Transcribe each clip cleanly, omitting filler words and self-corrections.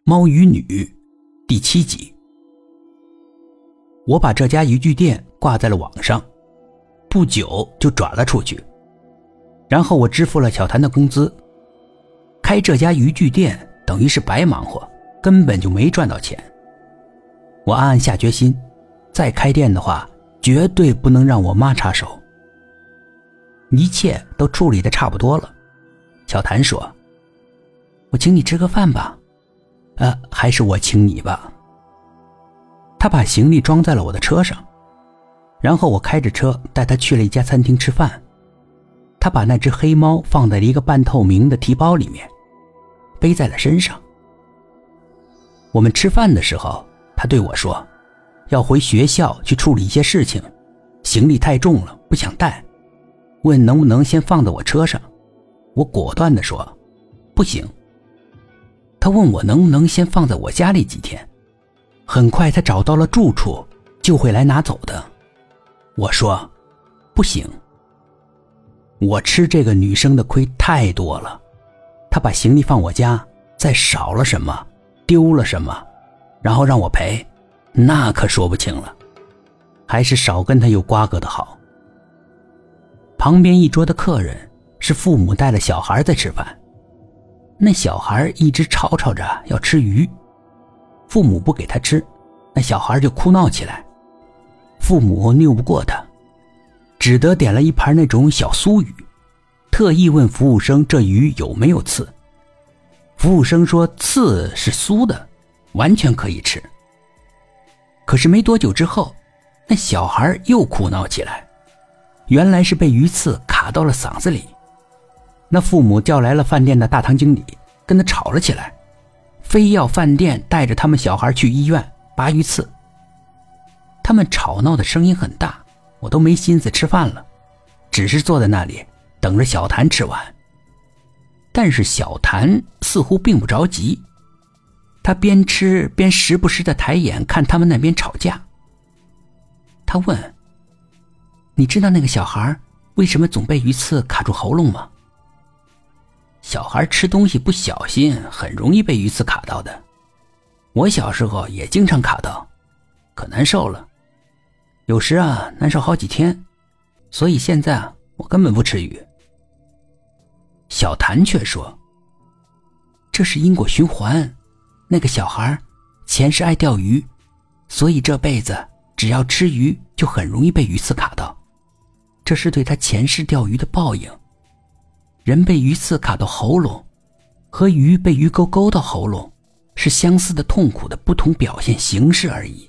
猫与女第7集。我把这家渔具店挂在了网上，不久就转了出去，然后我支付了小谭的工资。开这家渔具店等于是白忙活，根本就没赚到钱。我暗暗下决心，再开店的话绝对不能让我妈插手。一切都处理得差不多了，小谭说，我请你吃个饭吧。还是我请你吧。他把行李装在了我的车上，然后我开着车带他去了一家餐厅吃饭。他把那只黑猫放在了一个半透明的提包里面，背在了身上。我们吃饭的时候，他对我说，要回学校去处理一些事情，行李太重了，不想带，问能不能先放在我车上。我果断地说，不行。他问我能不能先放在我家里几天，很快他找到了住处，就会来拿走的。我说，不行。我吃这个女生的亏太多了，她把行李放我家，再少了什么，丢了什么，然后让我赔，那可说不清了，还是少跟她有瓜葛的好。旁边一桌的客人是父母带了小孩在吃饭，那小孩一直吵吵着要吃鱼，父母不给他吃，那小孩就哭闹起来，父母拗不过他，只得点了一盘那种小酥鱼，特意问服务生这鱼有没有刺。服务生说刺是酥的，完全可以吃。可是没多久之后，那小孩又哭闹起来，原来是被鱼刺卡到了嗓子里。那父母叫来了饭店的大堂经理，跟他吵了起来，非要饭店带着他们小孩去医院拔鱼刺。他们吵闹的声音很大，我都没心思吃饭了，只是坐在那里等着小谭吃完。但是小谭似乎并不着急，他边吃边时不时地抬眼看他们那边吵架。他问，你知道那个小孩为什么总被鱼刺卡住喉咙吗？小孩吃东西不小心，很容易被鱼刺卡到的。我小时候也经常卡到，可难受了，有时难受好几天，所以现在我根本不吃鱼。小谭却说，这是因果循环，那个小孩前世爱钓鱼，所以这辈子只要吃鱼就很容易被鱼刺卡到，这是对他前世钓鱼的报应。人被鱼刺卡到喉咙和鱼被鱼钩勾到喉咙是相似的痛苦的不同表现形式而已。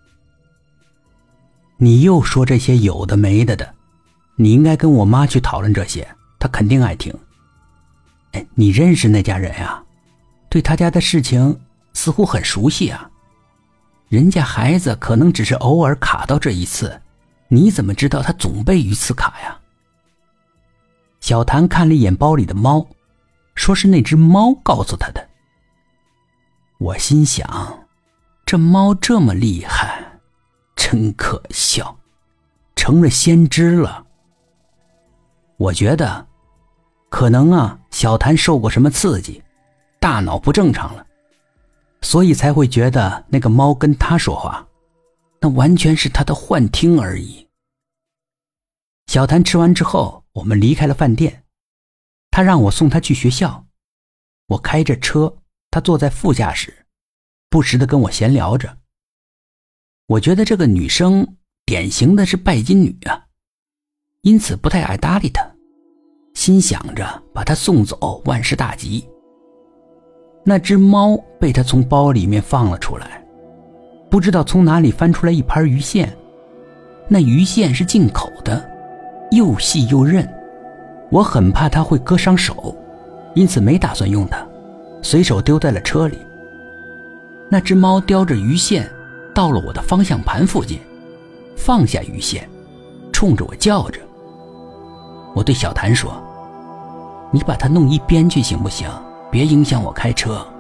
你又说这些有的没的，你应该跟我妈去讨论这些，她肯定爱听。你认识那家人啊？对他家的事情似乎很熟悉啊。人家孩子可能只是偶尔卡到这一次，你怎么知道他总被鱼刺卡呀？小谭看了一眼包里的猫，说是那只猫告诉他的。我心想，这猫这么厉害，真可笑，成了先知了。我觉得可能小谭受过什么刺激，大脑不正常了，所以才会觉得那个猫跟他说话，那完全是他的幻听而已。小谭吃完之后，我们离开了饭店，他让我送他去学校。我开着车，他坐在副驾驶，不时地跟我闲聊着。我觉得这个女生典型的是拜金女啊，因此不太爱搭理她，心想着把她送走万事大吉。那只猫被他从包里面放了出来，不知道从哪里翻出来一盘鱼线，那鱼线是进口的，又细又韧，我很怕它会割伤手，因此没打算用它，随手丢在了车里。那只猫叼着鱼线到了我的方向盘附近，放下鱼线，冲着我叫着。我对小谭说，你把它弄一边去行不行？别影响我开车。